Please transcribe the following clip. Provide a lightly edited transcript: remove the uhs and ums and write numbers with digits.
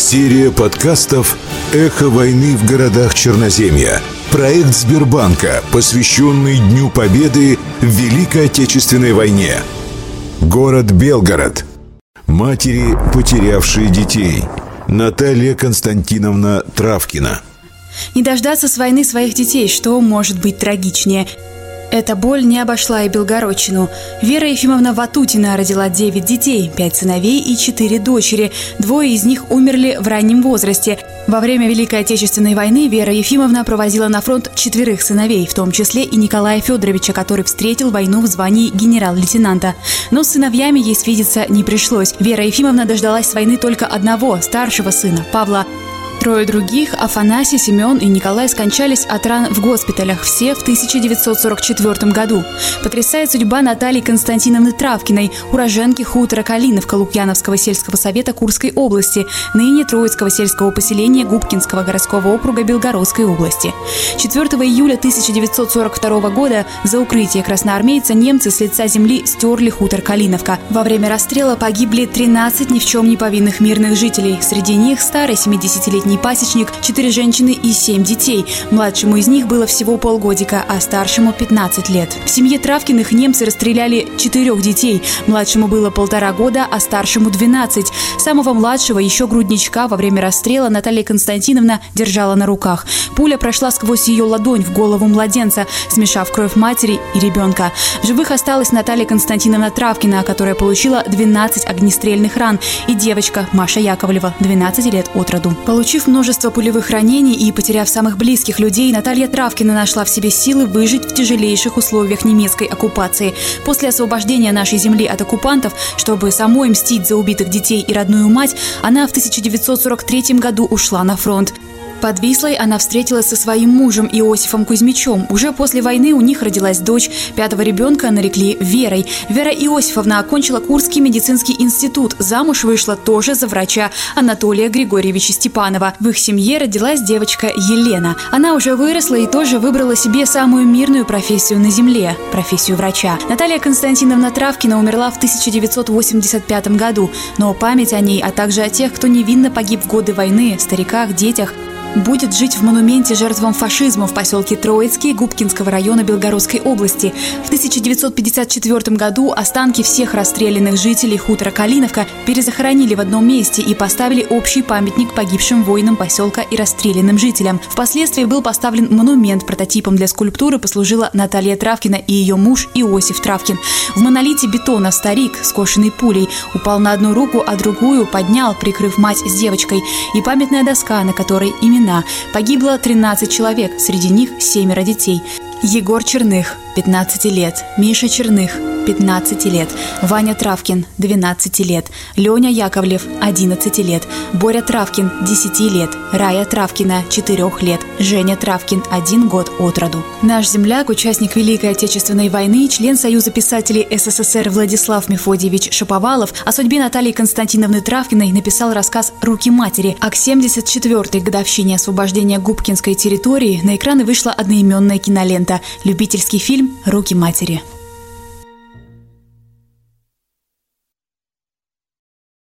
Серия подкастов «Эхо войны в городах Черноземья». Проект Сбербанка, посвященный Дню Победы в Великой Отечественной войне. Город Белгород. Матери, потерявшие детей. Наталья Константиновна Травкина. Не дождаться с войны своих детей, что может быть трагичнее? Эта боль не обошла и Белгородчину. Вера Ефимовна Ватутина родила 9 детей, 5 сыновей и 4 дочери. 2 из них умерли в раннем возрасте. Во время Великой Отечественной войны Вера Ефимовна провозила на фронт 4 сыновей, в том числе и Николая Федоровича, который встретил войну в звании генерал-лейтенанта. Но с сыновьями ей свидеться не пришлось. Вера Ефимовна дождалась с войны только одного, старшего сына, Павла. 3 других, Афанасий, Семен и Николай, скончались от ран в госпиталях, все в 1944 году. Потрясает судьба Натальи Константиновны Травкиной, уроженки хутора Калиновка Лукьяновского сельского совета Курской области, ныне Троицкого сельского поселения Губкинского городского округа Белгородской области. 4 июля 1942 года за укрытие красноармейца немцы с лица земли стерли хутор Калиновка. Во время расстрела погибли 13 ни в чем не повинных мирных жителей. Среди них старый 70-летний пасечник, 4 женщины и 7 детей. Младшему из них было всего полгодика, а старшему 15 лет. В семье Травкиных немцы расстреляли 4 детей. Младшему было 1,5 года, а старшему 12. Самого младшего, еще грудничка, во время расстрела Наталья Константиновна держала на руках. Пуля прошла сквозь ее ладонь в голову младенца, смешав кровь матери и ребенка. В живых осталась Наталья Константиновна Травкина, которая получила 12 огнестрельных ран, и девочка Маша Яковлева, 12 лет от роду. Получив множество пулевых ранений и потеряв самых близких людей, Наталья Травкина нашла в себе силы выжить в тяжелейших условиях немецкой оккупации. После освобождения нашей земли от оккупантов, чтобы самой мстить за убитых детей и родную мать, она в 1943 году ушла на фронт. Под Вислой она встретилась со своим мужем Иосифом Кузьмичем. Уже после войны у них родилась дочь. 5-го ребенка нарекли Верой. Вера Иосифовна окончила Курский медицинский институт. Замуж вышла тоже за врача Анатолия Григорьевича Степанова. В их семье родилась девочка Елена. Она уже выросла и тоже выбрала себе самую мирную профессию на земле – профессию врача. Наталья Константиновна Травкина умерла в 1985 году. Но память о ней, а также о тех, кто невинно погиб в годы войны, стариках, детях, будет жить в монументе жертвам фашизма в поселке Троицкий Губкинского района Белгородской области. В 1954 году останки всех расстрелянных жителей хутора Калиновка перезахоронили в одном месте и поставили общий памятник погибшим воинам поселка и расстрелянным жителям. Впоследствии был поставлен монумент. Прототипом для скульптуры послужила Наталья Травкина и ее муж Иосиф Травкин. В монолите бетона старик, скошенный пулей, упал на одну руку, а другую поднял, прикрыв мать с девочкой. И памятная доска, на которой имена. Погибло 13 человек, среди них 7 детей. Егор Черных, 15 лет. Миша Черных, 15 лет. Ваня Травкин, 12 лет. Леня Яковлев, 11 лет. Боря Травкин, 10 лет. Рая Травкина, 4 лет. Женя Травкин, 1 год от роду. Наш земляк, участник Великой Отечественной войны, член Союза писателей СССР Владислав Мефодьевич Шаповалов о судьбе Натальи Константиновны Травкиной написал рассказ «Руки матери», а к 74-й годовщине освобождения Губкинской территории на экраны вышла одноименная кинолента, любительский фильм «Руки матери».